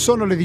Sono le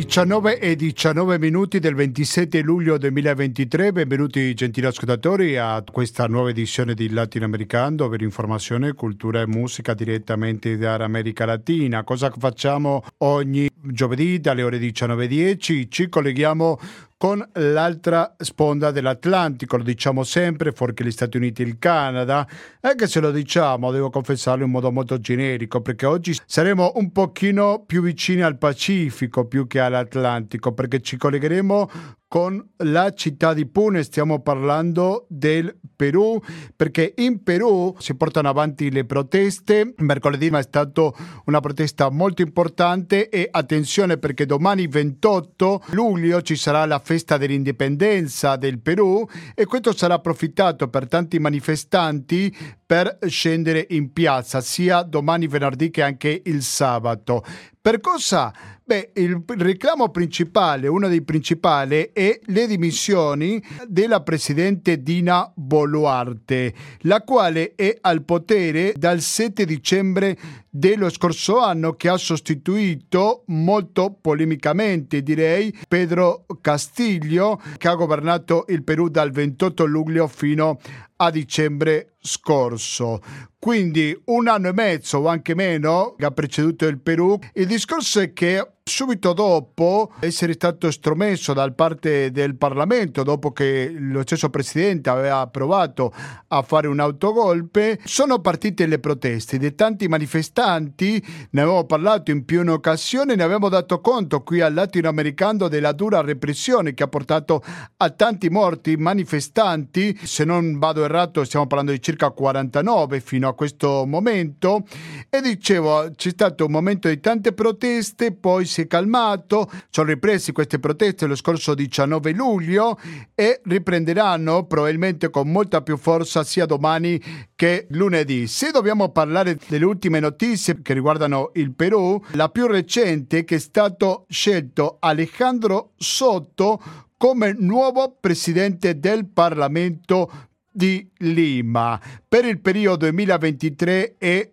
19:19 minuti del 27 luglio 2023. Benvenuti gentili ascoltatori a questa nuova edizione di Latinoamericano, dove informazione, cultura e musica direttamente dall'America Latina. Cosa facciamo ogni giovedì dalle ore 19:10? Ci colleghiamo con l'altra sponda dell'Atlantico, lo diciamo sempre, fuorché gli Stati Uniti e il Canada, anche se lo diciamo, devo confessarlo in modo molto generico, perché oggi saremo un pochino più vicini al Pacifico più che all'Atlantico, perché ci collegheremo con la città di Puno. Stiamo parlando del Perù, perché in Perù si portano avanti le proteste. Mercoledì è stata una protesta molto importante e attenzione, perché domani 28 luglio ci sarà la festa dell'indipendenza del Perù e questo sarà approfittato per tanti manifestanti per scendere in piazza sia domani venerdì che anche il sabato. Per cosa? Beh, il reclamo principale, uno dei principali, è le dimissioni della presidente Dina Boluarte, la quale è al potere dal 7 dicembre dello scorso anno, che ha sostituito molto polemicamente, direi, Pedro Castillo, che ha governato il Perù dal 28 luglio fino a dicembre scorso. Quindi un anno e mezzo o anche meno che ha preceduto il Perù. Il discorso è che subito dopo essere stato estromesso da parte del Parlamento, dopo che lo stesso presidente aveva approvato a fare un autogolpe, sono partite le proteste di tanti manifestanti. Ne avevo parlato in più occasioni, ne abbiamo dato conto qui al Latinoamericano della dura repressione che ha portato a tanti morti manifestanti. Se non vado errato stiamo parlando di circa 49 fino a questo momento, e dicevo c'è stato un momento di tante proteste, poi si è calmato, sono ripresi queste proteste lo scorso 19 luglio e riprenderanno probabilmente con molta più forza sia domani che lunedì. Se dobbiamo parlare delle ultime notizie che riguardano il Perù, la più recente è che è stato scelto Alejandro Soto come nuovo presidente del Parlamento di Lima per il periodo 2023 e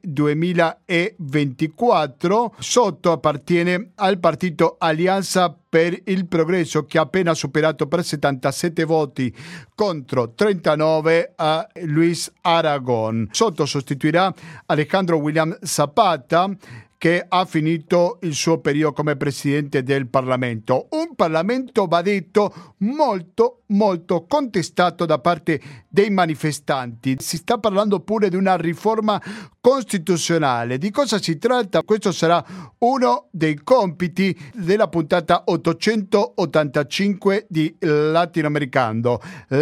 2024. Soto appartiene al partito Alianza per il Progresso, che ha appena superato per 77 voti contro 39 a Luis Aragon. Soto sostituirà Alejandro William Zapata, che ha finito il suo periodo come presidente del Parlamento. Un Parlamento, va detto, molto contestato da parte dei manifestanti. Si sta parlando pure di una riforma costituzionale. Di cosa si tratta? Questo sarà uno dei compiti della puntata 885 di Latinoamericano.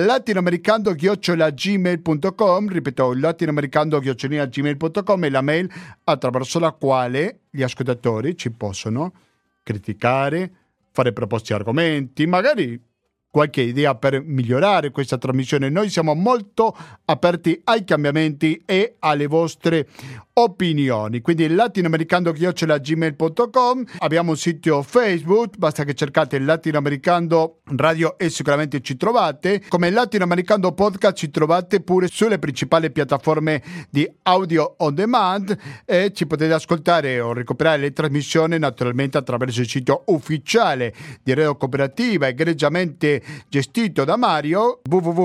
Latinoamericano@gmail.com, ripeto, latinoamericano@gmail.com è la mail attraverso la quale gli ascoltatori ci possono criticare, fare proposte argomenti, magari qualche idea per migliorare questa trasmissione. Noi siamo molto aperti ai cambiamenti e alle vostre opinioni. Quindi latinoamericano@gmail.com. Abbiamo un sito Facebook, basta che cercate Latinoamericano Radio e sicuramente ci trovate. Come Latinoamericano Podcast ci trovate pure sulle principali piattaforme di audio on demand e ci potete ascoltare o recuperare le trasmissioni naturalmente attraverso il sito ufficiale di Radio Cooperativa, egregiamente gestito da Mario,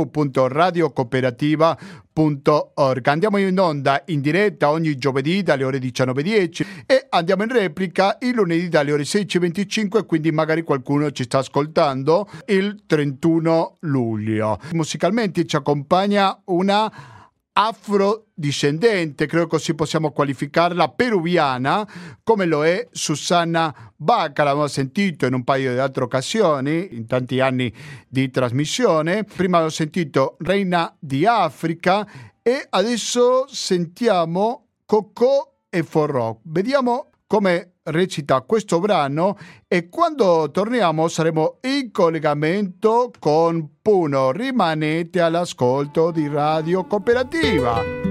www.radiocooperativa.org. Andiamo in onda in diretta ogni giovedì dalle ore 19:10 e andiamo in replica il lunedì dalle ore 16:25, quindi magari qualcuno ci sta ascoltando il 31 luglio. Musicalmente ci accompagna una afrodiscendente, credo così possiamo qualificarla, peruviana, come lo è Susana Baca. L'abbiamo sentito in un paio di altre occasioni, in tanti anni di trasmissione. Prima l'ho sentito Reina di Africa e adesso sentiamo Cocò e Forró. Vediamo come recita questo brano e quando torniamo saremo in collegamento con Puno. Rimanete all'ascolto di Radio Cooperativa.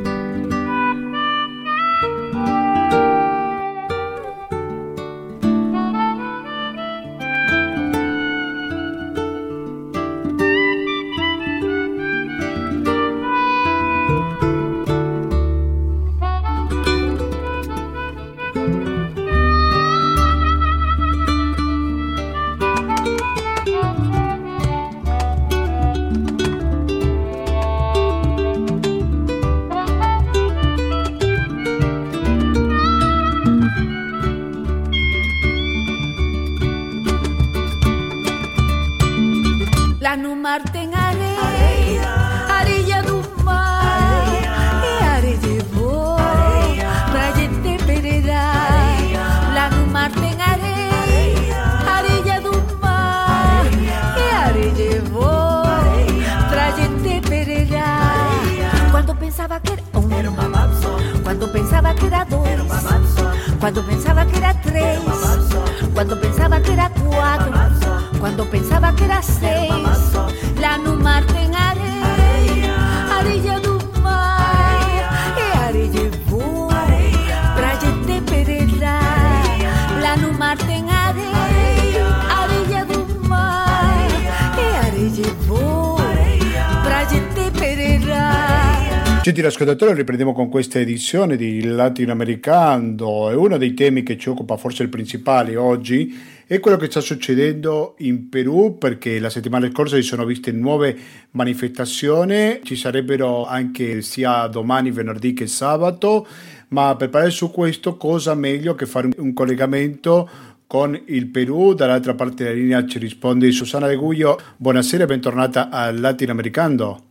pensaba que era uno, cuando pensaba que era dos, cuando pensaba que era tres, cuando pensaba que era cuatro, cuando pensaba que era seis, la numarte en areia do mar, e areia voa, praia de perera, la numarte en areia do mar, e areia voa, praia de perera. Gentili ascoltatori, riprendiamo con questa edizione di Latinoamericano e uno dei temi che ci occupa, forse il principale oggi, è quello che sta succedendo in Perù, perché la settimana scorsa si sono viste nuove manifestazioni, ci sarebbero anche sia domani, venerdì che sabato, ma per parlare su questo cosa meglio che fare un collegamento con il Perù. Dall'altra parte della linea ci risponde Susana De Guglio. Buonasera e bentornata al Latinoamericano.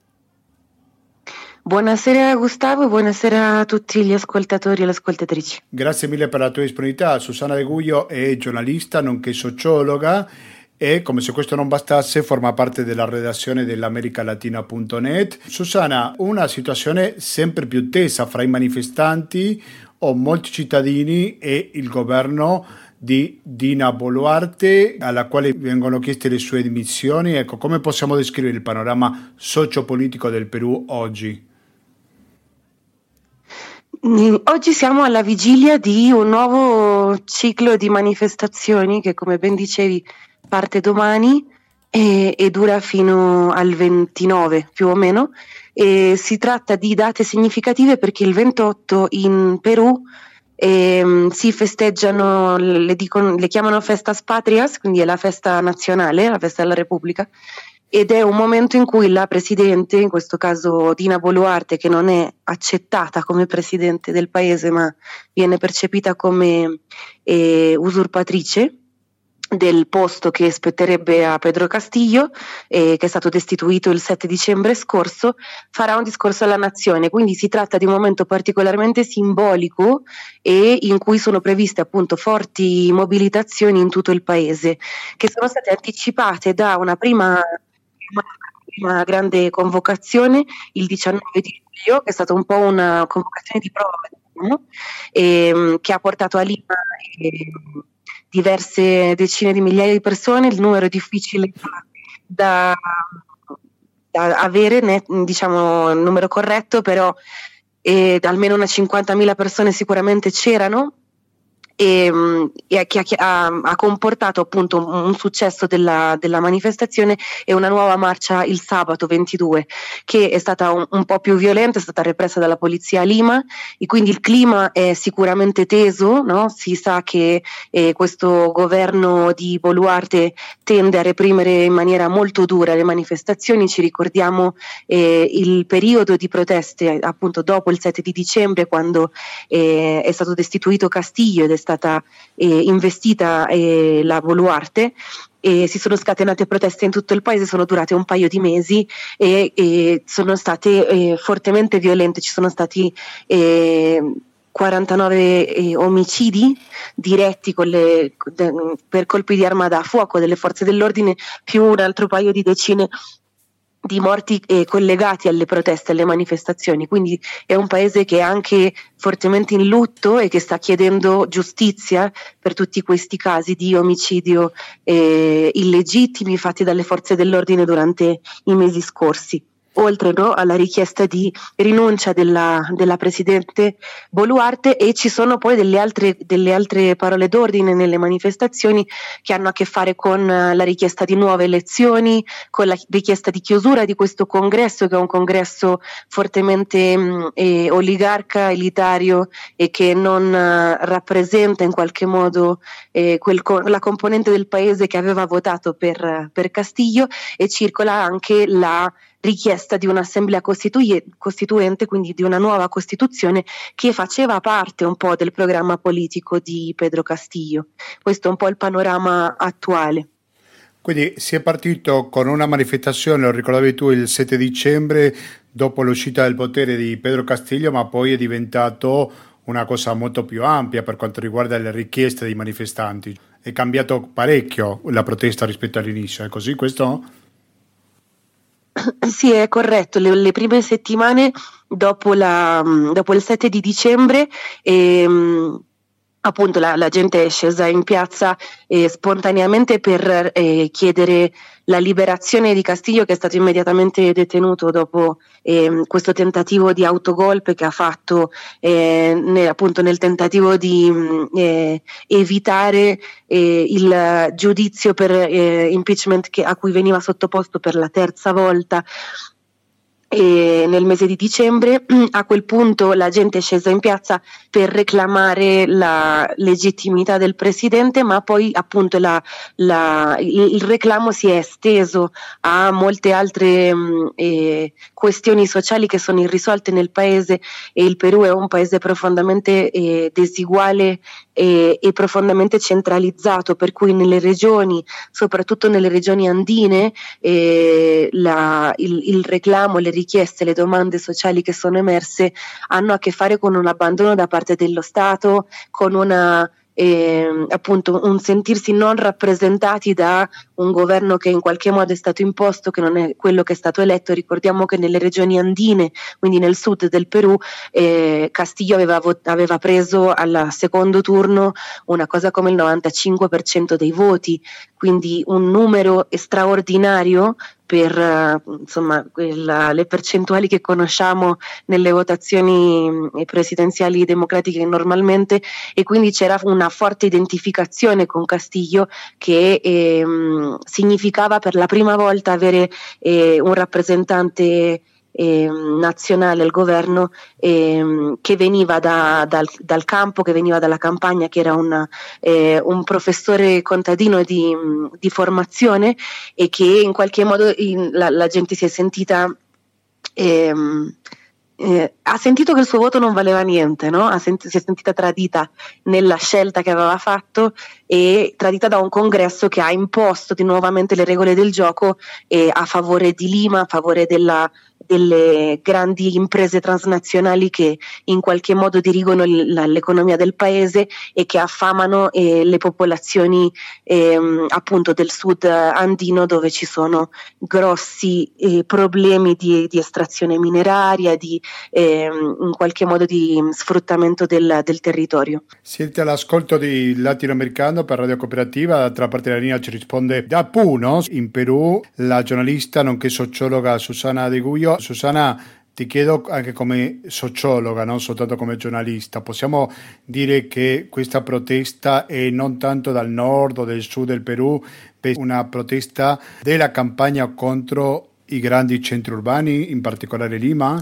Buonasera Gustavo e buonasera a tutti gli ascoltatori e le ascoltatrici. Grazie mille per la tua disponibilità. Susana De Guglio è giornalista nonché sociologa e, come se questo non bastasse, forma parte della redazione dell'americalatina.net. Susana, una situazione sempre più tesa fra i manifestanti o molti cittadini e il governo di Dina Boluarte, alla quale vengono chieste le sue dimissioni. Ecco, come possiamo descrivere il panorama sociopolitico del Perù oggi? Oggi siamo alla vigilia di un nuovo ciclo di manifestazioni che, come ben dicevi, parte domani e dura fino al 29 più o meno. E si tratta di date significative perché il 28 in Perù si festeggiano, le chiamano Festas Patrias, quindi è la festa nazionale, la festa della Repubblica, ed è un momento in cui la presidente, in questo caso Dina Boluarte, che non è accettata come presidente del paese ma viene percepita come usurpatrice del posto che spetterebbe a Pedro Castillo, che è stato destituito il 7 dicembre scorso, farà un discorso alla nazione. Quindi si tratta di un momento particolarmente simbolico e in cui sono previste appunto forti mobilitazioni in tutto il paese, che sono state anticipate da una prima grande convocazione il 19 di luglio, che è stata un po' una convocazione di prova, no? Che ha portato a Lima diverse decine di migliaia di persone. Il numero è difficile da avere, diciamo il numero corretto, però almeno una 50.000 persone sicuramente c'erano. E che ha comportato appunto un successo della manifestazione e una nuova marcia il sabato 22, che è stata un po' più violenta, è stata repressa dalla polizia a Lima, e quindi il clima è sicuramente teso, no? Si sa che questo governo di Boluarte tende a reprimere in maniera molto dura le manifestazioni. Ci ricordiamo il periodo di proteste appunto dopo il 7 di dicembre, quando è stato destituito Castillo ed è stata investita la Boluarte, e si sono scatenate proteste in tutto il paese, sono durate un paio di mesi e sono state fortemente violente. Ci sono stati 49 omicidi diretti per colpi di arma da fuoco delle forze dell'ordine, più un altro paio di decine di morti collegati alle proteste, alle manifestazioni. Quindi è un paese che è anche fortemente in lutto e che sta chiedendo giustizia per tutti questi casi di omicidio illegittimi fatti dalle forze dell'ordine durante i mesi scorsi. Oltre alla richiesta di rinuncia della presidente Boluarte, e ci sono poi delle altre parole d'ordine nelle manifestazioni che hanno a che fare con la richiesta di nuove elezioni, con la richiesta di chiusura di questo congresso, che è un congresso fortemente oligarca, elitario, e che non rappresenta in qualche modo la componente del paese che aveva votato per Castillo, e circola anche la richiesta di un'assemblea costituente, quindi di una nuova Costituzione che faceva parte un po' del programma politico di Pedro Castillo. Questo è un po' il panorama attuale. Quindi si è partito con una manifestazione, lo ricordavi tu, il 7 dicembre dopo l'uscita del potere di Pedro Castillo, ma poi è diventato una cosa molto più ampia per quanto riguarda le richieste dei manifestanti. È cambiato parecchio la protesta rispetto all'inizio, è così questo? Sì, è corretto, le prime settimane dopo il 7 di dicembre appunto la gente è scesa in piazza spontaneamente per chiedere la liberazione di Castiglio, che è stato immediatamente detenuto dopo questo tentativo di autogolpe che ha fatto appunto nel tentativo di evitare il giudizio per impeachment a cui veniva sottoposto per la terza volta nel mese di dicembre. A quel punto la gente è scesa in piazza per reclamare la legittimità del presidente, ma poi appunto il reclamo si è esteso a molte altre questioni sociali che sono irrisolte nel paese, e il Perù è un paese profondamente disuguale e profondamente centralizzato, per cui nelle regioni, soprattutto nelle regioni andine, il reclamo, le richieste, le domande sociali che sono emerse hanno a che fare con un abbandono da parte dello Stato, con appunto un sentirsi non rappresentati da un governo che in qualche modo è stato imposto, che non è quello che è stato eletto. Ricordiamo che nelle regioni andine, quindi nel sud del Perù, Castillo aveva preso al secondo turno una cosa come il 95% dei voti, quindi un numero straordinario per insomma le percentuali che conosciamo nelle votazioni presidenziali democratiche normalmente, e quindi c'era una forte identificazione con Castillo, che significava per la prima volta avere un rappresentante nazionale al governo che veniva dal campo, che veniva dalla campagna, che era un professore contadino di formazione, e che in qualche modo la gente si è sentita ha sentito che il suo voto non valeva niente, no? Si è sentita tradita nella scelta che aveva fatto, e tradita da un congresso che ha imposto di nuovamente le regole del gioco a favore di Lima, a favore delle grandi imprese transnazionali che in qualche modo dirigono l'economia del paese e che affamano le popolazioni appunto del sud andino, dove ci sono grossi problemi di estrazione mineraria, in qualche modo di sfruttamento del territorio. Siete all'ascolto di Latinoamericano per Radio Cooperativa. D'altra parte della linea ci risponde da Puno, in Perù, la giornalista nonché sociologa Susana De Guio. Susana, ti chiedo anche come sociologa, non soltanto come giornalista, possiamo dire che questa protesta è non tanto dal nord o del sud del Perù, è una protesta della campagna contro i grandi centri urbani, in particolare Lima?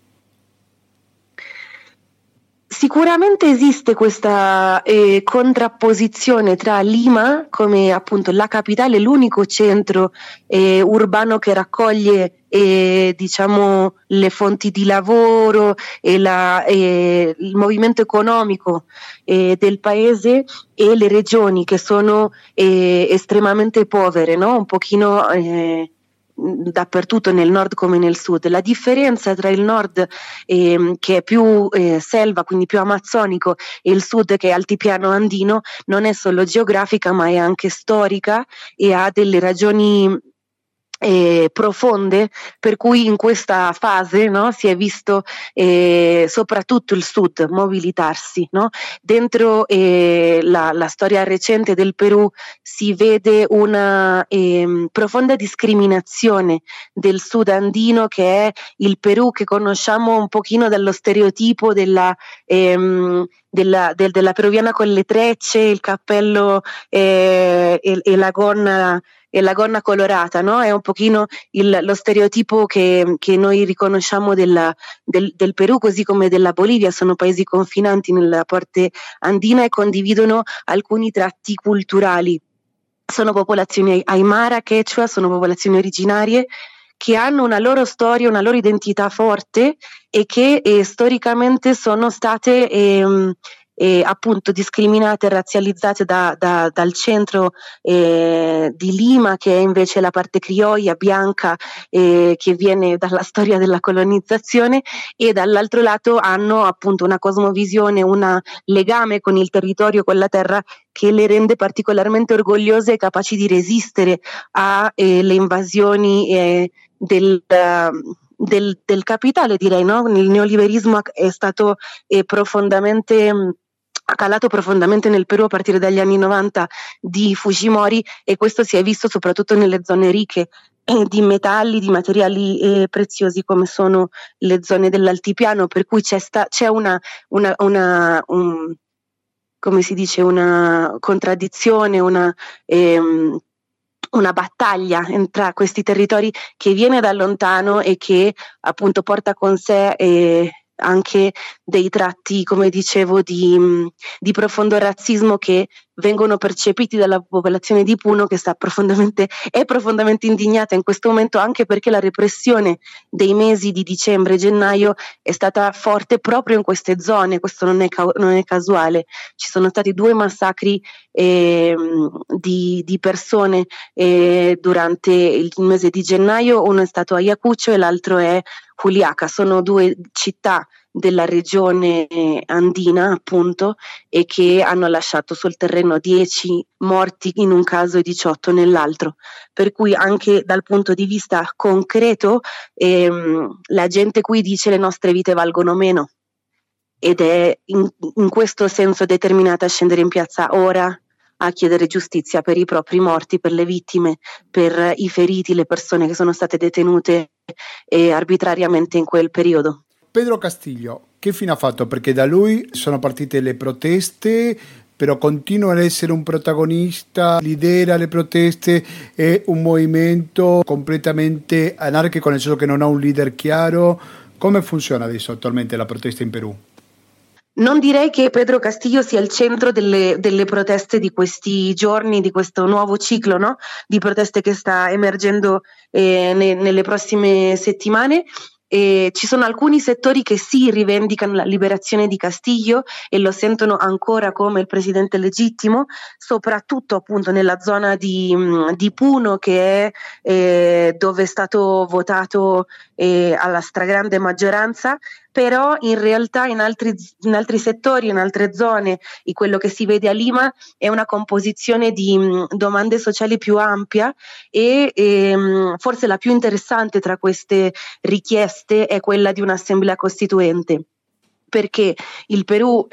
Sicuramente esiste questa contrapposizione tra Lima, come appunto la capitale, l'unico centro urbano che raccoglie diciamo le fonti di lavoro e il movimento economico del paese, e le regioni che sono estremamente povere, no? Un pochino dappertutto, nel nord come nel sud. La differenza tra il nord che è più selva, quindi più amazzonico, e il sud che è altipiano andino, non è solo geografica ma è anche storica, e ha delle ragioni profonde, per cui in questa fase, no, si è visto soprattutto il sud mobilitarsi, no? Dentro la storia recente del Perù si vede una profonda discriminazione del sud andino, che è il Perù che conosciamo un pochino dallo stereotipo della peruviana con le trecce, il cappello e la gonna colorata, no? È un pochino lo stereotipo che noi riconosciamo del Perù, così come della Bolivia. Sono paesi confinanti nella parte andina e condividono alcuni tratti culturali. Sono popolazioni aymara, quechua, sono popolazioni originarie che hanno una loro storia, una loro identità forte, e che storicamente sono state appunto discriminate e razzializzate dal centro di Lima, che è invece la parte criolla, bianca, che viene dalla storia della colonizzazione, e dall'altro lato hanno appunto una cosmovisione, un legame con il territorio, con la terra, che le rende particolarmente orgogliose e capaci di resistere alle invasioni del capitale, direi, no? Il neoliberismo è stato ha calato profondamente nel Perù a partire dagli anni 90 di Fujimori, e questo si è visto soprattutto nelle zone ricche di metalli, di materiali preziosi, come sono le zone dell'altipiano, per cui c'è come si dice, una contraddizione, una battaglia tra questi territori che viene da lontano e che appunto porta con sé anche dei tratti, come dicevo, di profondo razzismo, che vengono percepiti dalla popolazione di Puno, che è profondamente indignata in questo momento, anche perché la repressione dei mesi di dicembre e gennaio è stata forte proprio in queste zone. Questo non è casuale. Ci sono stati 2 massacri di persone durante il mese di gennaio. Uno è stato a Ayacucho e l'altro è Juliaca. Sono 2 città della regione andina, appunto, e che hanno lasciato sul terreno 10 morti in un caso e 18 nell'altro, per cui anche dal punto di vista concreto la gente qui dice: le nostre vite valgono meno, ed è in questo senso determinata a scendere in piazza ora a chiedere giustizia per i propri morti, per le vittime, per i feriti, le persone che sono state detenute arbitrariamente in quel periodo. Pedro Castillo, che fine ha fatto? Perché da lui sono partite le proteste, però continua ad essere un protagonista, lidera le proteste, è un movimento completamente anarchico, nel senso che non ha un leader chiaro. Come funziona adesso attualmente la protesta in Perù? Non direi che Pedro Castillo sia il centro delle proteste di questi giorni, di questo nuovo ciclo, no? Di proteste che sta emergendo nelle prossime settimane. Ci sono alcuni settori che sì rivendicano la liberazione di Castillo e lo sentono ancora come il presidente legittimo, soprattutto appunto nella zona di Puno, che è dove è stato votato alla stragrande maggioranza. Però in realtà in altri settori, in altre zone, quello che si vede a Lima è una composizione di domande sociali più ampia, e forse la più interessante tra queste richieste è quella di un'assemblea costituente. Perché in Perù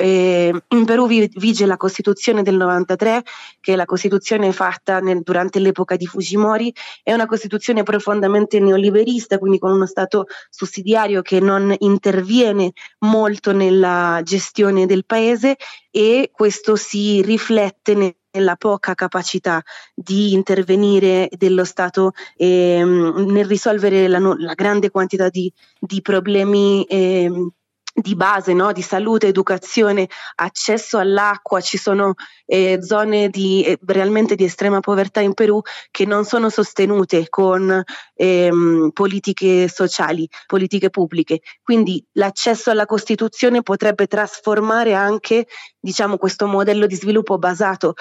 vige la Costituzione del 93, che è la Costituzione fatta durante l'epoca di Fujimori. È una Costituzione profondamente neoliberista, quindi con uno Stato sussidiario che non interviene molto nella gestione del paese, e questo si riflette nella poca capacità di intervenire dello Stato nel risolvere la grande quantità di problemi di base, no? Di salute, educazione, accesso all'acqua. Ci sono zone realmente di estrema povertà in Perù che non sono sostenute con politiche sociali, politiche pubbliche. Quindi l'accesso alla Costituzione potrebbe trasformare anche, diciamo, questo modello di sviluppo basato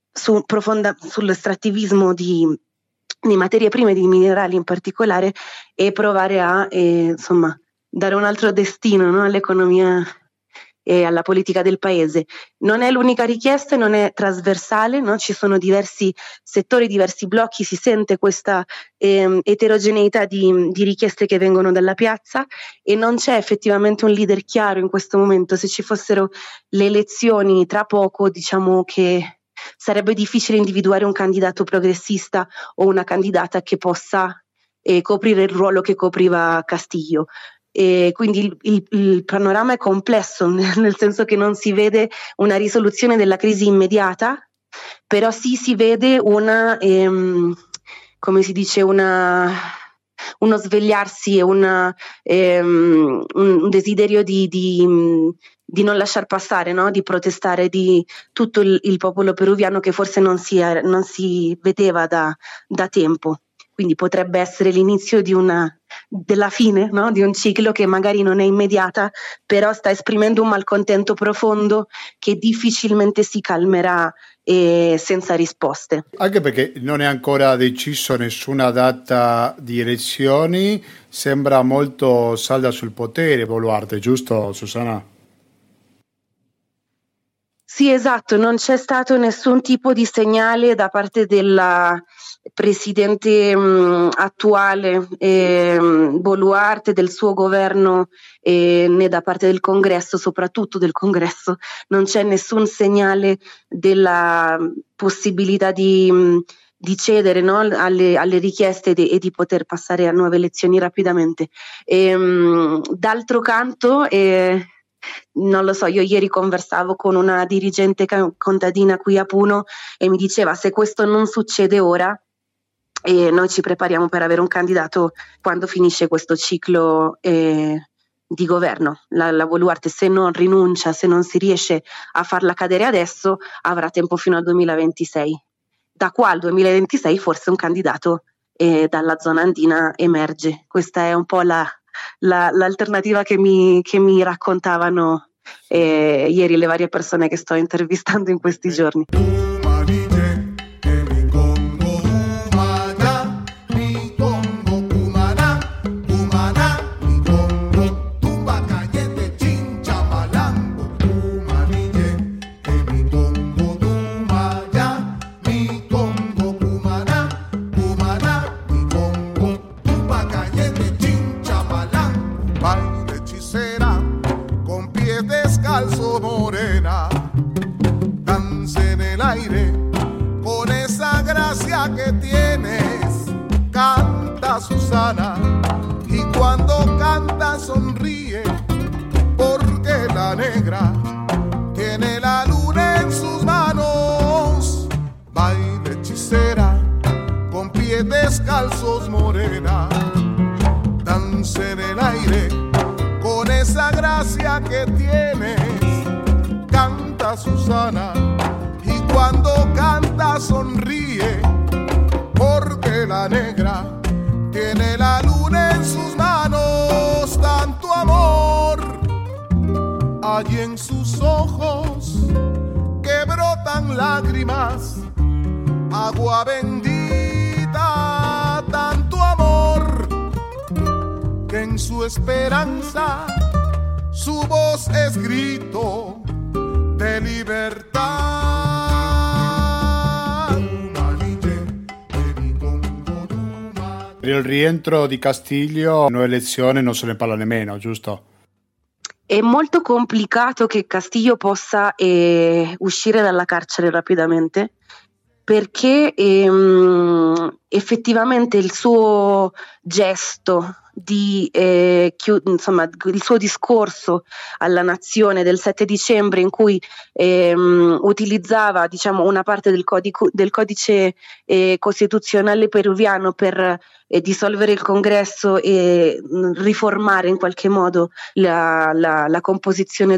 sull'estrattivismo di materie prime, di minerali in particolare, e provare a dare un altro destino, no, all'economia e alla politica del paese. Non è l'unica richiesta, non è trasversale, no? Ci sono diversi settori, diversi blocchi, si sente questa eterogeneità di richieste che vengono dalla piazza, e non c'è effettivamente un leader chiaro in questo momento. Se ci fossero le elezioni tra poco, diciamo che sarebbe difficile individuare un candidato progressista o una candidata che possa coprire il ruolo che copriva Castillo. E quindi il panorama è complesso, nel senso che non si vede una risoluzione della crisi immediata, però sì si vede come si dice, uno svegliarsi e un desiderio di non lasciar passare, no? Di protestare di tutto il popolo peruviano, che forse non si vedeva da tempo. Quindi potrebbe essere l'inizio della fine, no? Di un ciclo che magari non è immediata, però sta esprimendo un malcontento profondo che difficilmente si calmerà senza risposte. Anche perché non è ancora deciso nessuna data di elezioni, sembra molto salda sul potere Boluarte, giusto Susanna? Sì, esatto, non c'è stato nessun tipo di segnale da parte presidente attuale Boluarte, del suo governo, né da parte del Congresso, soprattutto del Congresso, non c'è nessun segnale della possibilità di cedere, no, alle richieste e di poter passare a nuove elezioni rapidamente. D'altro canto, non lo so, io ieri conversavo con una dirigente contadina qui a Puno e mi diceva: se questo non succede ora, noi ci prepariamo per avere un candidato quando finisce questo ciclo di governo. La Boluarte, se non rinuncia, se non si riesce a farla cadere adesso, avrà tempo fino al 2026. Da qua al 2026 forse un candidato dalla zona andina emerge. Questa è un po' l'alternativa che mi raccontavano ieri le varie persone che sto intervistando in questi giorni. Que tienes, canta Susana, y cuando canta sonríe, porque la negra tiene la luna en sus manos. Baila hechicera, con pies descalzos morena, danza en el aire, con esa gracia que tienes, canta Susana, y cuando canta sonríe, porque la negra tiene la luna en sus manos. Tanto amor hay en sus ojos que brotan lágrimas, agua bendita. Tanto amor que en su esperanza su voz es grito de libertad. Per il rientro di Castiglio, nuova elezione, non se ne parla nemmeno, giusto? È molto complicato che Castiglio possa uscire dalla carcere rapidamente, perché effettivamente il suo gesto il suo discorso alla nazione del 7 dicembre, in cui utilizzava, diciamo, una parte del codice costituzionale peruviano per dissolvere il congresso e riformare in qualche modo la composizione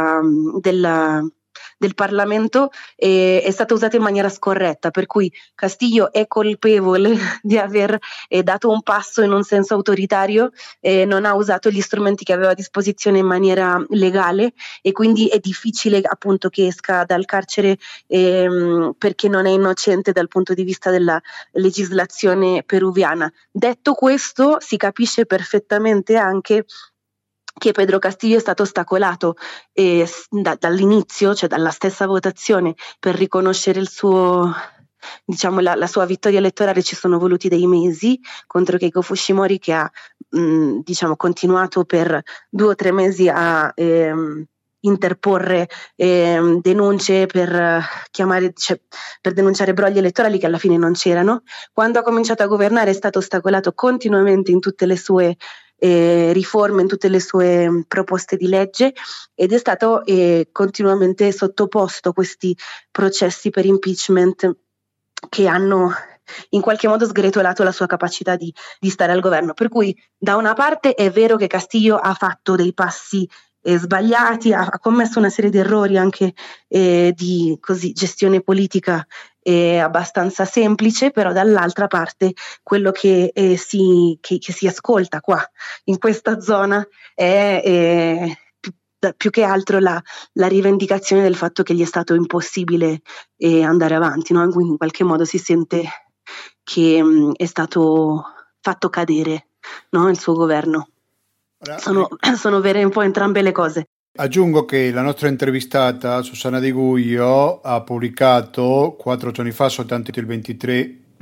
del Parlamento, è stata usata in maniera scorretta, per cui Castiglio è colpevole di aver dato un passo in un senso autoritario, non ha usato gli strumenti che aveva a disposizione in maniera legale, e quindi è difficile appunto che esca dal carcere, perché non è innocente dal punto di vista della legislazione peruviana. Detto questo, si capisce perfettamente anche che Pedro Castillo è stato ostacolato dall'inizio, cioè dalla stessa votazione, per riconoscere il suo, diciamo, la sua vittoria elettorale. Ci sono voluti dei mesi contro Keiko Fujimori, che ha diciamo continuato per 2 o 3 mesi a interporre denunce per denunciare brogli elettorali che alla fine non c'erano. Quando ha cominciato a governare è stato ostacolato continuamente in tutte le sue riforme, in tutte le sue proposte di legge, ed è stato continuamente sottoposto a questi processi per impeachment che hanno in qualche modo sgretolato la sua capacità di stare al governo. Per cui da una parte è vero che Castillo ha fatto dei passi sbagliati, ha commesso una serie di errori anche di gestione politica abbastanza semplice, però dall'altra parte quello che si ascolta qua in questa zona è più che altro la rivendicazione del fatto che gli è stato impossibile andare avanti, no? Quindi in qualche modo si sente che è stato fatto cadere, no? Il suo governo. Sono vere un po' entrambe le cose. Aggiungo che la nostra intervistata Susanna Di Guio ha pubblicato 4 giorni fa, soltanto il 23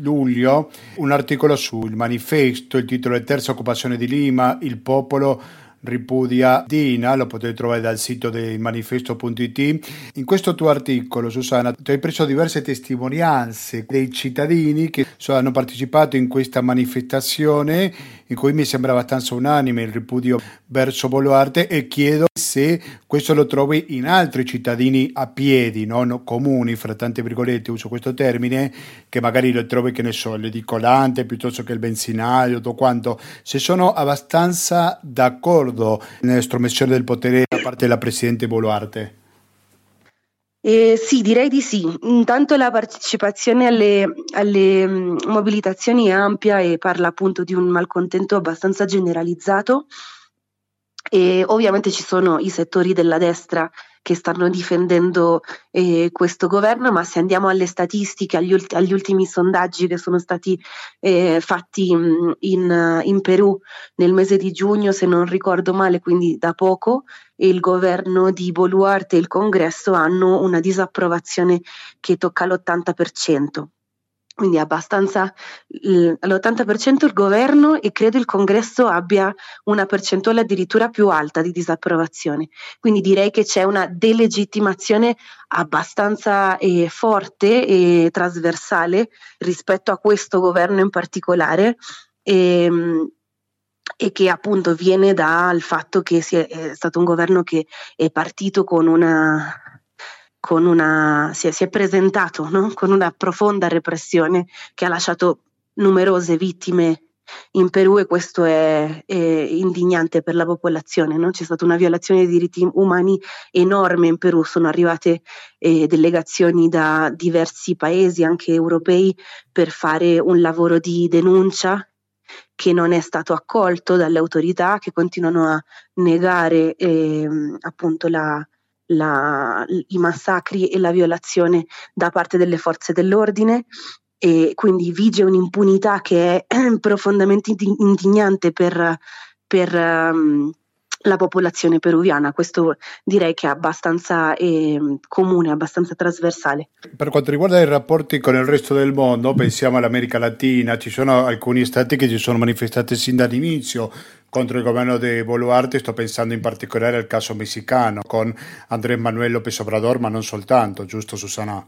luglio un articolo sul manifesto, il titolo è Terza occupazione di Lima, il popolo ripudia Dina, lo potete trovare dal sito del manifesto.it. In questo tuo articolo, Susanna, tu hai preso diverse testimonianze dei cittadini che hanno partecipato in questa manifestazione, in cui mi sembra abbastanza unanime il ripudio verso Boluarte, e chiedo se questo lo trovi in altri cittadini a piedi, no, comuni, fra tante virgolette uso questo termine, che magari lo trovi, che ne so, l'edicolante piuttosto che il benzinaio, tutto quanto, se sono abbastanza d'accordo nell'estromessione del potere da parte della Presidente Boluarte. Sì, direi di sì. Intanto la partecipazione alle mobilitazioni è ampia e parla appunto di un malcontento abbastanza generalizzato, e ovviamente ci sono i settori della destra che stanno difendendo questo governo, ma se andiamo alle statistiche, agli ultimi sondaggi che sono stati fatti in Perù nel mese di giugno, se non ricordo male, quindi da poco, il governo di Boluarte e il Congresso hanno una disapprovazione che tocca l'80%. Quindi abbastanza l'80% il governo, e credo il Congresso abbia una percentuale addirittura più alta di disapprovazione. Quindi direi che c'è una delegittimazione abbastanza forte e trasversale rispetto a questo governo in particolare, e che appunto viene dal fatto che è stato un governo che è partito si è presentato, no? Con una profonda repressione che ha lasciato numerose vittime in Perù, e questo è indignante per la popolazione, no? C'è stata una violazione dei diritti umani enorme in Perù, sono arrivate delegazioni da diversi paesi, anche europei, per fare un lavoro di denuncia che non è stato accolto dalle autorità, che continuano a negare appunto i massacri e la violazione da parte delle forze dell'ordine, e quindi vige un'impunità che è profondamente indignante per la popolazione peruviana. Questo direi che è abbastanza comune, abbastanza trasversale. Per quanto riguarda i rapporti con il resto del mondo, pensiamo all'America Latina, ci sono alcuni stati che si sono manifestati sin dall'inizio contro il governo di Boluarte. Sto pensando in particolare al caso messicano con Andrés Manuel López Obrador, ma non soltanto, giusto Susanna?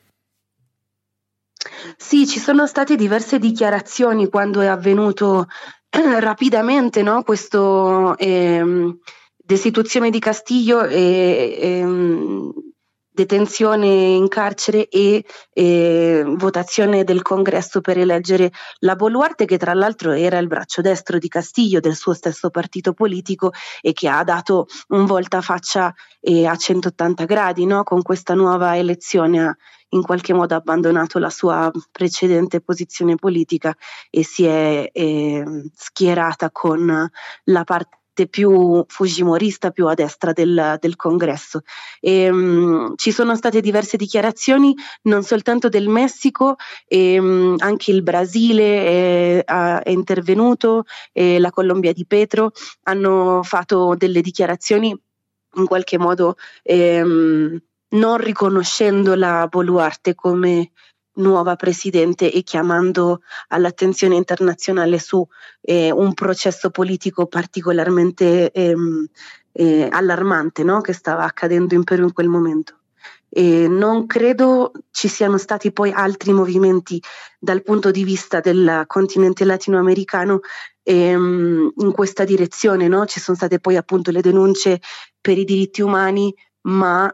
Sì, ci sono state diverse dichiarazioni quando è avvenuto rapidamente, no, questo destituzione di Castillo e detenzione in carcere e votazione del Congresso per eleggere la Boluarte, che tra l'altro era il braccio destro di Castillo, del suo stesso partito politico, e che ha dato un voltafaccia a 180 gradi, no? Con questa nuova elezione ha in qualche modo abbandonato la sua precedente posizione politica e si è schierata con la parte più fujimorista, più a destra del Congresso. Ci sono state diverse dichiarazioni, non soltanto del Messico, anche il Brasile è intervenuto, la Colombia di Petro hanno fatto delle dichiarazioni in qualche modo non riconoscendo la Boluarte come nuova presidente e chiamando all'attenzione internazionale su un processo politico particolarmente allarmante, no? Che stava accadendo in Perù in quel momento. Non credo ci siano stati poi altri movimenti dal punto di vista del continente latinoamericano in questa direzione, no? Ci sono state poi appunto le denunce per i diritti umani, ma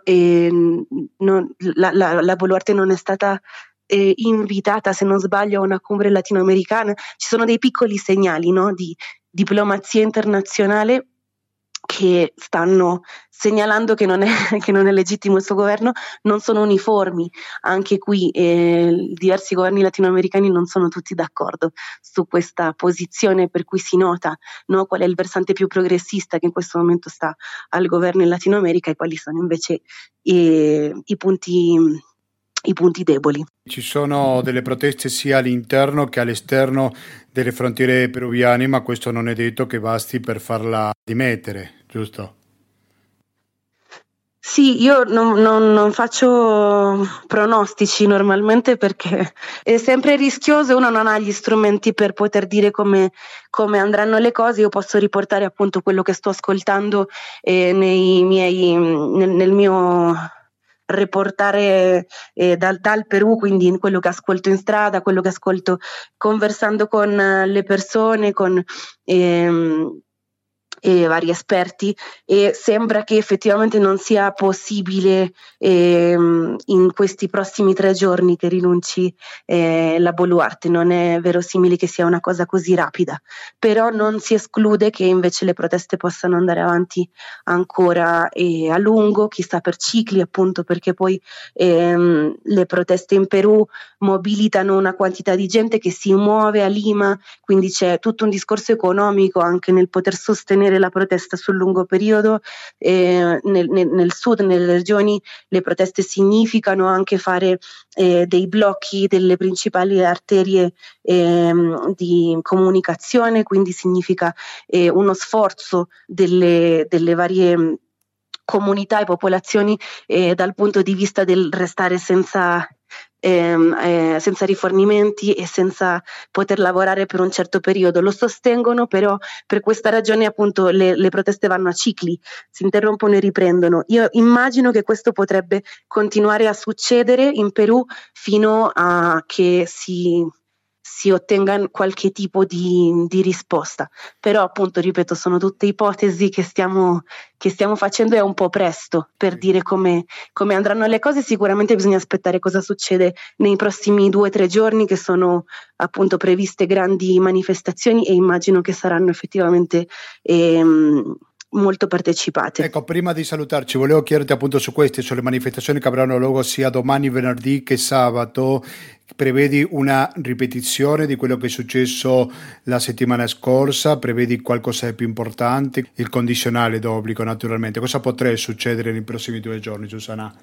la Boluarte non è stata invitata, se non sbaglio, a una cumbre latinoamericana. Ci sono dei piccoli segnali, no, di diplomazia internazionale che stanno segnalando che non è legittimo il suo governo. Non sono uniformi, anche qui diversi governi latinoamericani non sono tutti d'accordo su questa posizione, per cui si nota, no, qual è il versante più progressista che in questo momento sta al governo in Latino America e quali sono invece i punti deboli. Ci sono delle proteste sia all'interno che all'esterno delle frontiere peruviane, ma questo non è detto che basti per farla dimettere, giusto? Sì, io non faccio pronostici normalmente perché è sempre rischioso, uno non ha gli strumenti per poter dire come andranno le cose. Io posso riportare appunto quello che sto ascoltando nel mio reportare dal Perù, quindi in quello che ascolto in strada, quello che ascolto conversando con le persone, con vari esperti, e sembra che effettivamente non sia possibile in questi prossimi 3 giorni che rinunci la Boluarte. Non è verosimile che sia una cosa così rapida, però non si esclude che invece le proteste possano andare avanti ancora a lungo, chissà per cicli, appunto perché poi le proteste in Perù mobilitano una quantità di gente che si muove a Lima, quindi c'è tutto un discorso economico anche nel poter sostenere la protesta sul lungo periodo. Nel sud, nelle regioni, le proteste significano anche fare dei blocchi delle principali arterie di comunicazione, quindi significa uno sforzo delle varie comunità e popolazioni dal punto di vista del restare senza rifornimenti e senza poter lavorare per un certo periodo. Lo sostengono, però per questa ragione appunto le proteste vanno a cicli, si interrompono e riprendono. Io immagino che questo potrebbe continuare a succedere in Perù fino a che si ottenga qualche tipo di risposta, però appunto ripeto, sono tutte ipotesi che stiamo facendo, è un po' presto per dire come andranno le cose. Sicuramente bisogna aspettare cosa succede nei prossimi 2-3 giorni, che sono appunto previste grandi manifestazioni e immagino che saranno effettivamente molto partecipate. Ecco, prima di salutarci volevo chiederti appunto su queste, sulle manifestazioni che avranno luogo sia domani, venerdì che sabato. Prevedi una ripetizione di quello che è successo la settimana scorsa? Prevedi qualcosa di più importante? Il condizionale d'obbligo, naturalmente. Cosa potrebbe succedere nei prossimi 2 giorni, Susanna?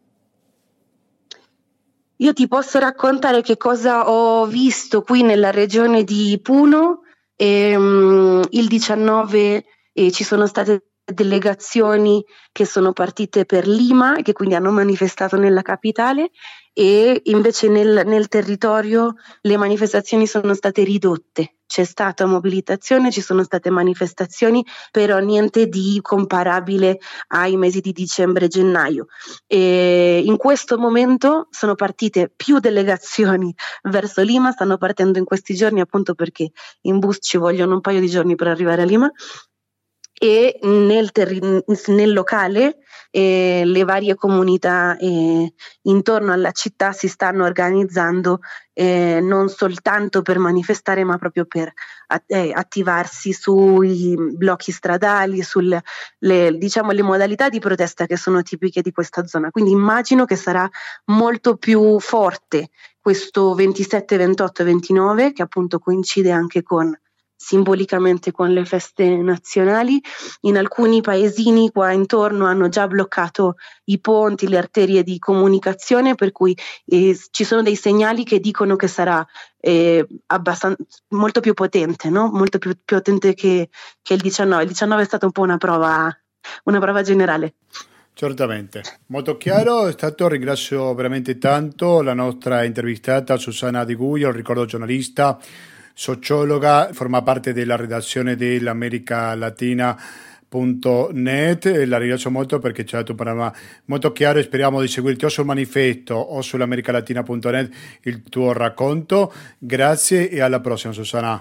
Io ti posso raccontare che cosa ho visto qui nella regione di Puno. Il 19 ci sono state delegazioni che sono partite per Lima e che quindi hanno manifestato nella capitale, e invece nel territorio le manifestazioni sono state ridotte. C'è stata mobilitazione, ci sono state manifestazioni, però niente di comparabile ai mesi di dicembre e gennaio. E in questo momento sono partite più delegazioni verso Lima, stanno partendo in questi giorni appunto perché in bus ci vogliono un paio di giorni per arrivare a Lima, e nel locale le varie comunità intorno alla città si stanno organizzando non soltanto per manifestare, ma proprio per attivarsi sui blocchi stradali, sulle le modalità di protesta che sono tipiche di questa zona. Quindi immagino che sarà molto più forte questo 27, 28 e 29, che appunto coincide anche simbolicamente con le feste nazionali. In alcuni paesini qua intorno hanno già bloccato i ponti, le arterie di comunicazione, per cui ci sono dei segnali che dicono che sarà molto più potente, no? Molto più potente che il 19. Il 19 è stata un po' una prova generale. Certamente, molto chiaro è stato. Ringrazio veramente tanto la nostra intervistata Susanna Di Guglio, ricordo giornalista, sociologa, forma parte della redazione dell'americalatina.net. La ringrazio molto perché ci ha dato un panorama molto chiaro e speriamo di seguirti o sul manifesto o sull'americalatina.net il tuo racconto. Grazie e alla prossima, Susanna.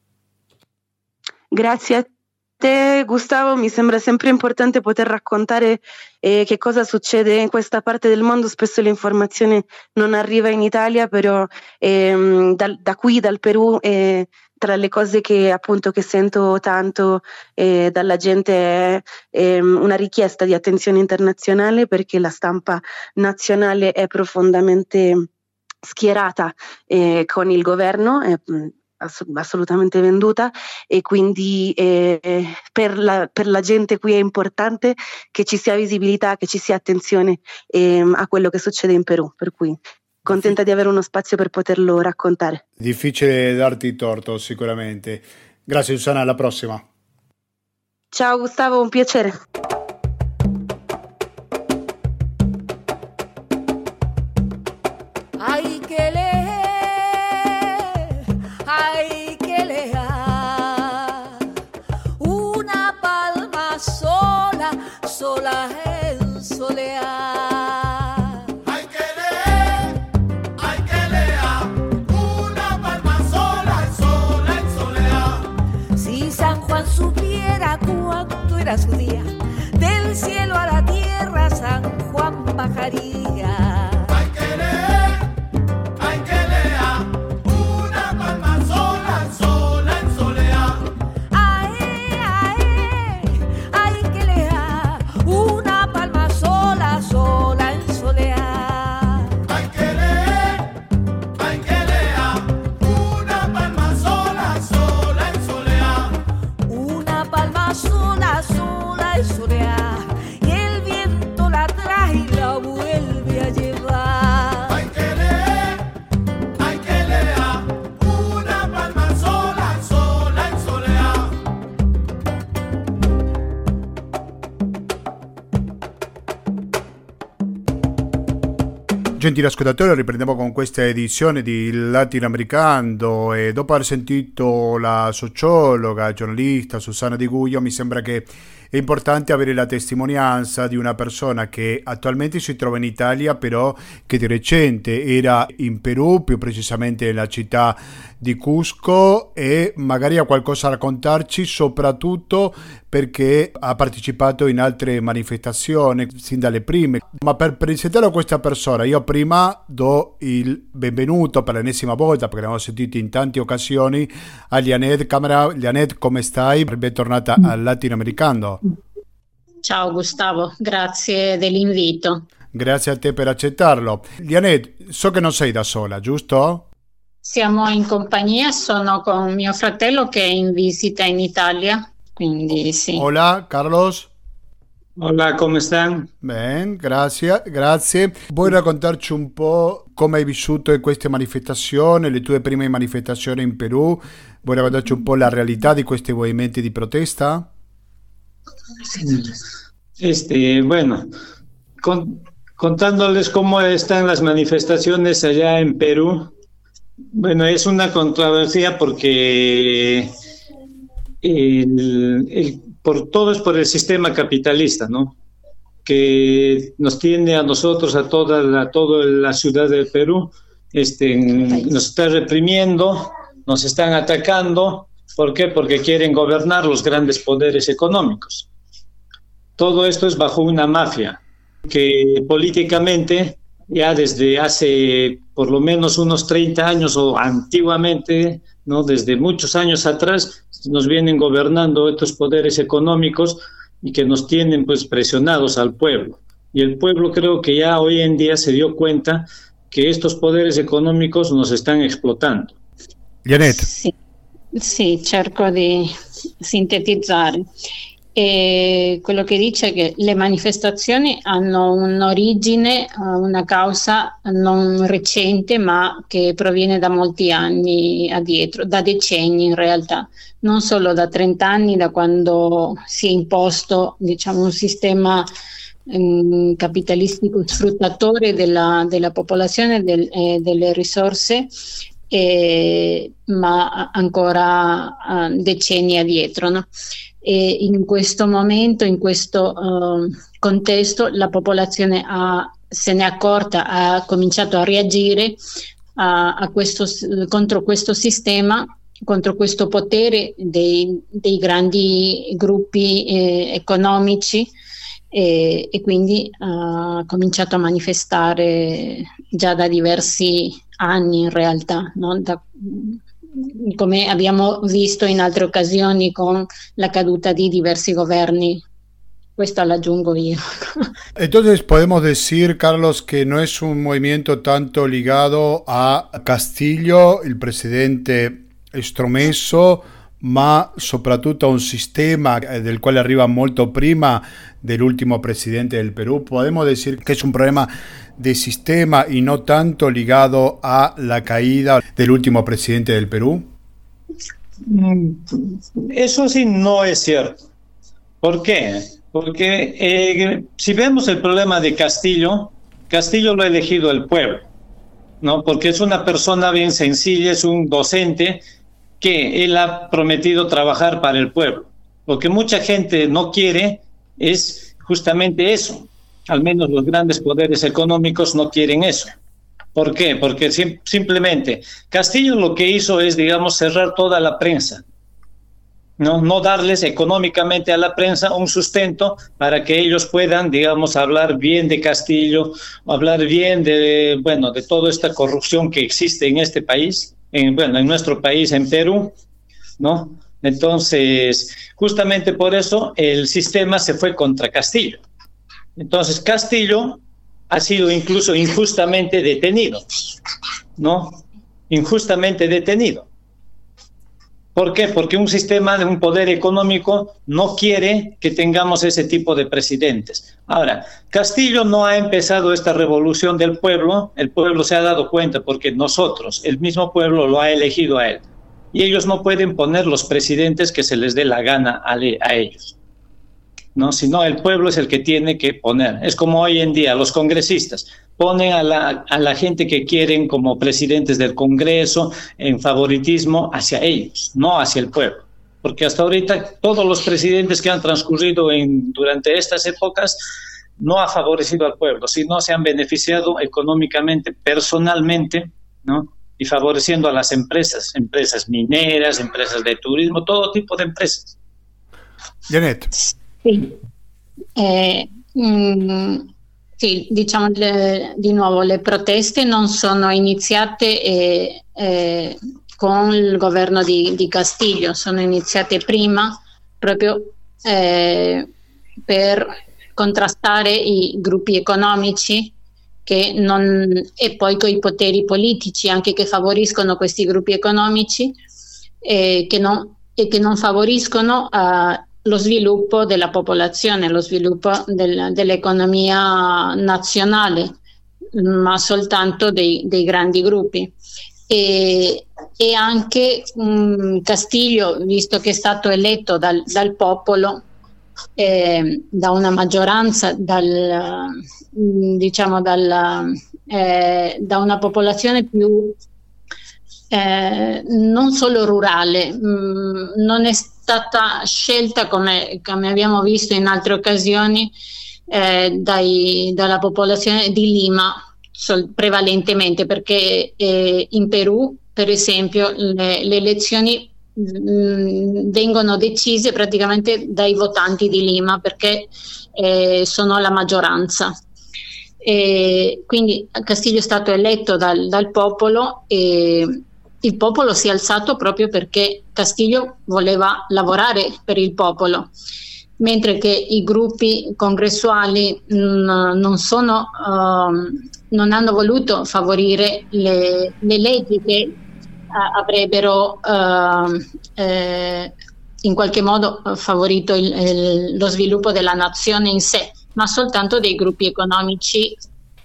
Grazie a te, Gustavo. Mi sembra sempre importante poter raccontare che cosa succede in questa parte del mondo. Spesso l'informazione non arriva in Italia, però da qui, dal Perù, tra le cose che sento tanto dalla gente è una richiesta di attenzione internazionale, perché la stampa nazionale è profondamente schierata con il governo, assolutamente venduta, e quindi per la gente qui è importante che ci sia visibilità, che ci sia attenzione a quello che succede in Perù, per cui contenta di avere uno spazio per poterlo raccontare. Difficile darti torto sicuramente. Grazie Susanna, alla prossima. Ciao Gustavo, un piacere. sola en soleá. Hay que leer, una palma sola en soleá. Si San Juan supiera cuánto era su día, del cielo a la tierra San Juan bajaría. Hay que leer, una palma sola en soleá. Ae, ae, hay que leer una palma sola en soleá. Hay que leer, una palma sola en soleá. Una palma sola en soleá. Y el viento la trae y la vuelve a llevar. Hay que leer, una palma sola en soleá. Gentili ascoltatori, riprendiamo con questa edizione di Latinoamericano e dopo aver sentito la sociologa, giornalista Susana Di Guglio, mi sembra che è importante avere la testimonianza di una persona che attualmente si trova in Italia, però che di recente era in Perù, più precisamente nella città di Cusco, e magari ha qualcosa da raccontarci, soprattutto perché ha partecipato in altre manifestazioni, sin dalle prime. Ma per presentare questa persona, io prima do il benvenuto per l'ennesima volta, perché l'abbiamo sentito in tante occasioni, a Lianet Camera. Lianet, come stai? Bentornata al Latinoamericano. Ciao Gustavo, grazie dell'invito. Grazie a te per accettarlo. Lianet, so che non sei da sola, giusto? Siamo in compagnia, sono con mio fratello che è in visita in Italia, quindi sì. Hola, Carlos. Hola, come stai? Bene, grazie. Vuoi raccontarci un po' come hai vissuto queste manifestazioni, le tue prime manifestazioni in Perù? Vuoi raccontarci un po' la realtà di questi movimenti di protesta? Bueno, contándoles cómo están las manifestaciones allá en Perú. Bueno, es una controversia porque por todo es por el sistema capitalista, ¿no? Que nos tiene a nosotros, a toda la ciudad de Perú, nos está reprimiendo, nos están atacando. ¿Por qué? Porque quieren gobernar los grandes poderes económicos. Todo esto es bajo una mafia que políticamente ya desde hace por lo menos unos 30 años o antiguamente, ¿no? Desde muchos años atrás nos vienen gobernando estos poderes económicos y que nos tienen pues presionados al pueblo. Y el pueblo creo que ya hoy en día se dio cuenta que estos poderes económicos nos están explotando. Lianet. Sì, cerco di sintetizzare. Quello che dice è che le manifestazioni hanno un'origine, una causa non recente, ma che proviene da molti anni addietro, da decenni in realtà, non solo da 30 anni, da quando si è imposto, diciamo, un sistema capitalistico sfruttatore della popolazione, delle risorse, ma ancora decenni addietro, no? E in questo momento, in questo contesto, la popolazione se ne è accorta, ha cominciato a reagire contro questo sistema, contro questo potere dei grandi gruppi economici, e quindi ha cominciato a manifestare già da diversi anni in realtà, no? Come abbiamo visto in altre occasioni con la caduta di diversi governi. Questo lo aggiungo io. Entonces podemos decir, Carlos, que no es un movimiento tanto ligado a Castillo, il presidente estromesso, ma soprattutto a un sistema del quale arriva molto prima dell'ultimo presidente del Perú. Podemos decir que es un problema de sistema y no tanto ligado a la caída del último presidente del Perú. Eso sí no es cierto. ¿Por qué? Porque si vemos el problema de Castillo lo ha elegido el pueblo, ¿no? Porque es una persona bien sencilla, es un docente que él ha prometido trabajar para el pueblo. Lo que mucha gente no quiere es justamente eso. Al menos los grandes poderes económicos no quieren eso. ¿Por qué? Porque simplemente Castillo lo que hizo es, digamos, cerrar toda la prensa. No darles económicamente a la prensa un sustento para que ellos puedan, digamos, hablar bien de Castillo, hablar bien de toda esta corrupción que existe en este país, en nuestro país, en Perú, ¿no? Entonces, justamente por eso el sistema se fue contra Castillo. Entonces, Castillo ha sido incluso injustamente detenido, ¿no? Injustamente detenido. ¿Por qué? Porque un sistema de un poder económico no quiere que tengamos ese tipo de presidentes. Ahora, Castillo no ha empezado esta revolución del pueblo, el pueblo se ha dado cuenta porque nosotros, el mismo pueblo lo ha elegido a él. Y ellos no pueden poner los presidentes que se les dé la gana a ellos, ¿no? Sino el pueblo es el que tiene que poner. Es como hoy en día los congresistas ponen a la gente que quieren como presidentes del Congreso en favoritismo hacia ellos, no hacia el pueblo. Porque hasta ahorita todos los presidentes que han transcurrido durante estas épocas no ha favorecido al pueblo, sino se han beneficiado económicamente, personalmente, ¿no? Y favoreciendo a las empresas mineras, empresas de turismo, todo tipo de empresas. Janet. Sì. Sì, diciamo di nuovo, le proteste non sono iniziate con il governo di Castillo, sono iniziate prima proprio per contrastare i gruppi economici e poi con i poteri politici anche che favoriscono questi gruppi economici che non favoriscono lo sviluppo della popolazione, lo sviluppo dell'economia nazionale, ma soltanto dei grandi gruppi. E anche Castillo, visto che è stato eletto dal popolo, da una maggioranza, da una popolazione più non solo rurale, non è stata scelta come abbiamo visto in altre occasioni dalla popolazione di Lima prevalentemente, perché in Perù per esempio le elezioni vengono decise praticamente dai votanti di Lima perché sono la maggioranza. Quindi Castillo è stato eletto dal popolo e il popolo si è alzato proprio perché Castillo voleva lavorare per il popolo, mentre che i gruppi congressuali non hanno voluto favorire le leggi che avrebbero in qualche modo favorito lo sviluppo della nazione in sé, ma soltanto dei gruppi economici,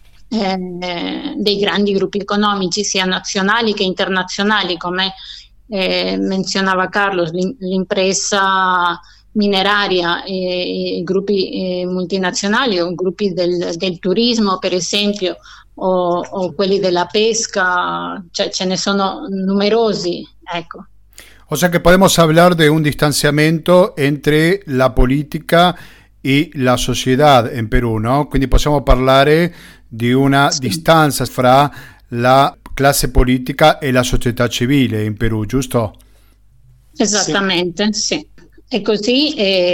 dei grandi gruppi economici sia nazionali che internazionali, come menzionava Carlos, l'impresa mineraria, i gruppi multinazionali o gruppi del turismo per esempio, o quelli della pesca, cioè ce ne sono numerosi, ecco. O sea que podemos hablar de un distanciamiento entre la politica e la società in Perù, no? Quindi possiamo parlare di una distanza fra la classe politica e la società civile in Perù, giusto? Esattamente, sì. E così,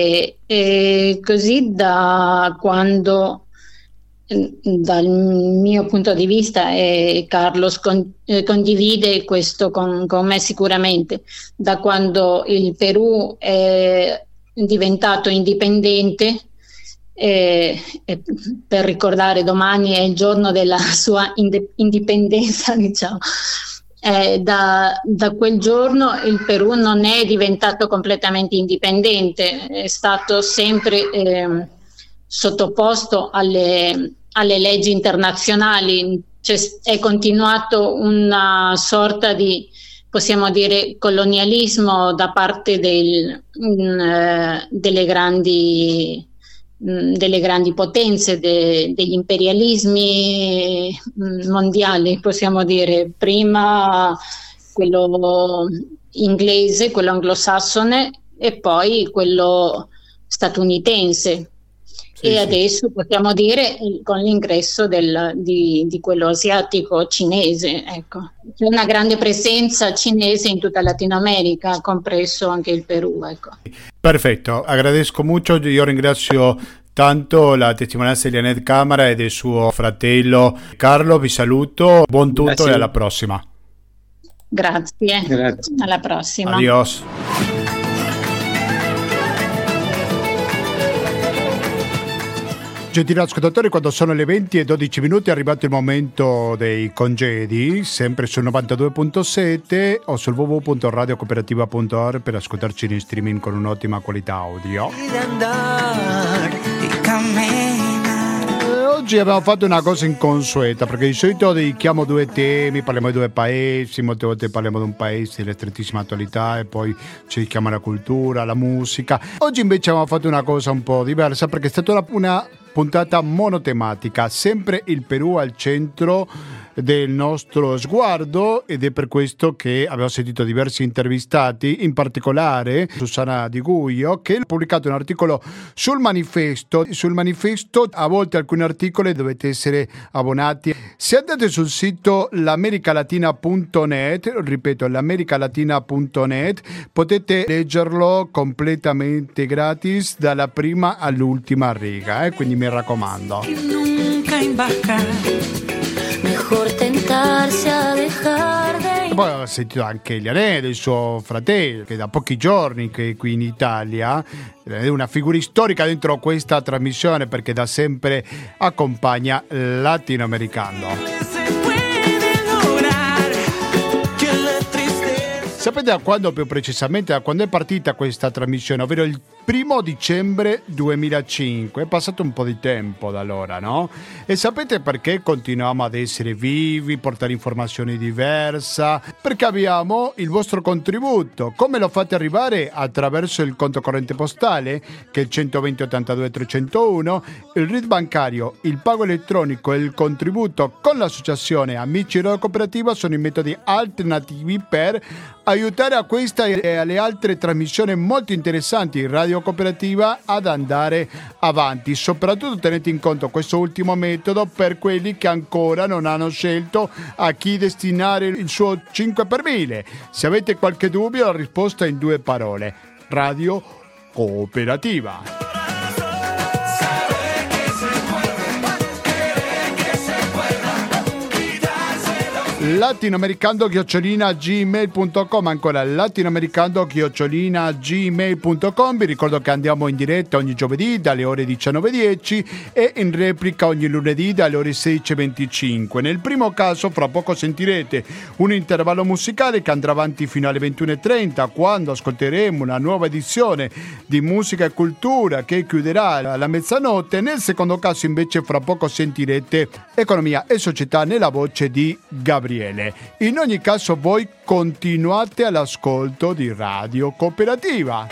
così da quando, dal mio punto di vista, e Carlos condivide questo con me sicuramente, da quando il Perù è diventato indipendente, per ricordare domani è il giorno della sua indipendenza, diciamo. Da quel giorno il Perù non è diventato completamente indipendente, è stato sempre sottoposto alle leggi internazionali, è continuato una sorta di, possiamo dire, colonialismo da parte delle grandi potenze, degli imperialismi mondiali, possiamo dire, prima quello inglese, quello anglosassone e poi quello statunitense. e adesso possiamo dire con l'ingresso di quello asiatico cinese, ecco. C'è una grande presenza cinese in tutta Latino America, compreso anche il Perù, ecco. Perfetto, agradezco molto, io ringrazio tanto la testimonianza di Annette Camara e del suo fratello Carlo, vi saluto, buon tutto. Grazie. E alla prossima. Grazie. Alla prossima. Adios. Gentili ascoltatori, quando sono le 20:12 è arrivato il momento dei congedi, sempre sul 92.7 o sul www.radiocooperativa.org per ascoltarci in streaming con un'ottima qualità audio. Oggi abbiamo fatto una cosa inconsueta, perché di solito dedichiamo due temi, parliamo di due paesi, molte volte parliamo di un paese di strettissima attualità e poi ci dedichiamo alla cultura, alla musica. Oggi invece abbiamo fatto una cosa un po' diversa, perché è stata una puntata monotematica, sempre il Perù al centro del nostro sguardo, ed è per questo che abbiamo sentito diversi intervistati, in particolare Susana Di Guio, che ha pubblicato un articolo sul manifesto. Sul manifesto a volte alcuni articoli dovete essere abbonati. Se andate sul sito l'americalatina.net, ripeto l'americalatina.net, potete leggerlo completamente gratis dalla prima all'ultima riga, quindi mi raccomando. E poi ho sentito anche Lianello, il suo fratello, che da pochi giorni che è qui in Italia, è una figura storica dentro questa trasmissione perché da sempre accompagna Latinoamericano. Sapete da quando, più precisamente, da quando è partita questa trasmissione, ovvero il 1 dicembre 2005, è passato un po' di tempo da allora, no? E sapete perché continuiamo ad essere vivi, portare informazioni diverse? Perché abbiamo il vostro contributo. Come lo fate arrivare? Attraverso il conto corrente postale, che è il 120 82 301, il RID bancario, il pago elettronico e il contributo con l'associazione Amici Radio Cooperativa sono i metodi alternativi per aiutare a questa e alle altre trasmissioni molto interessanti in Radio Cooperativa ad andare avanti. Soprattutto tenete in conto questo ultimo metodo per quelli che ancora non hanno scelto a chi destinare il suo 5 per 1000. Se avete qualche dubbio, la risposta è in 2 parole: Radio Cooperativa. latinoamericando@gmail.com, ancora latinoamericando@gmail.com. Vi ricordo che andiamo in diretta ogni giovedì dalle ore 19:10 e in replica ogni lunedì dalle ore 16:25. Nel primo caso fra poco sentirete un intervallo musicale che andrà avanti fino alle 21:30, quando ascolteremo una nuova edizione di Musica e Cultura che chiuderà alla mezzanotte. Nel secondo caso invece fra poco sentirete Economia e Società nella voce di Gabriele. In ogni caso voi continuate all'ascolto di Radio Cooperativa.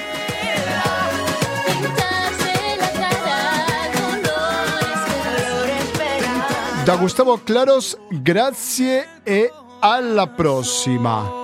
Da Gustavo Claros, grazie e alla prossima.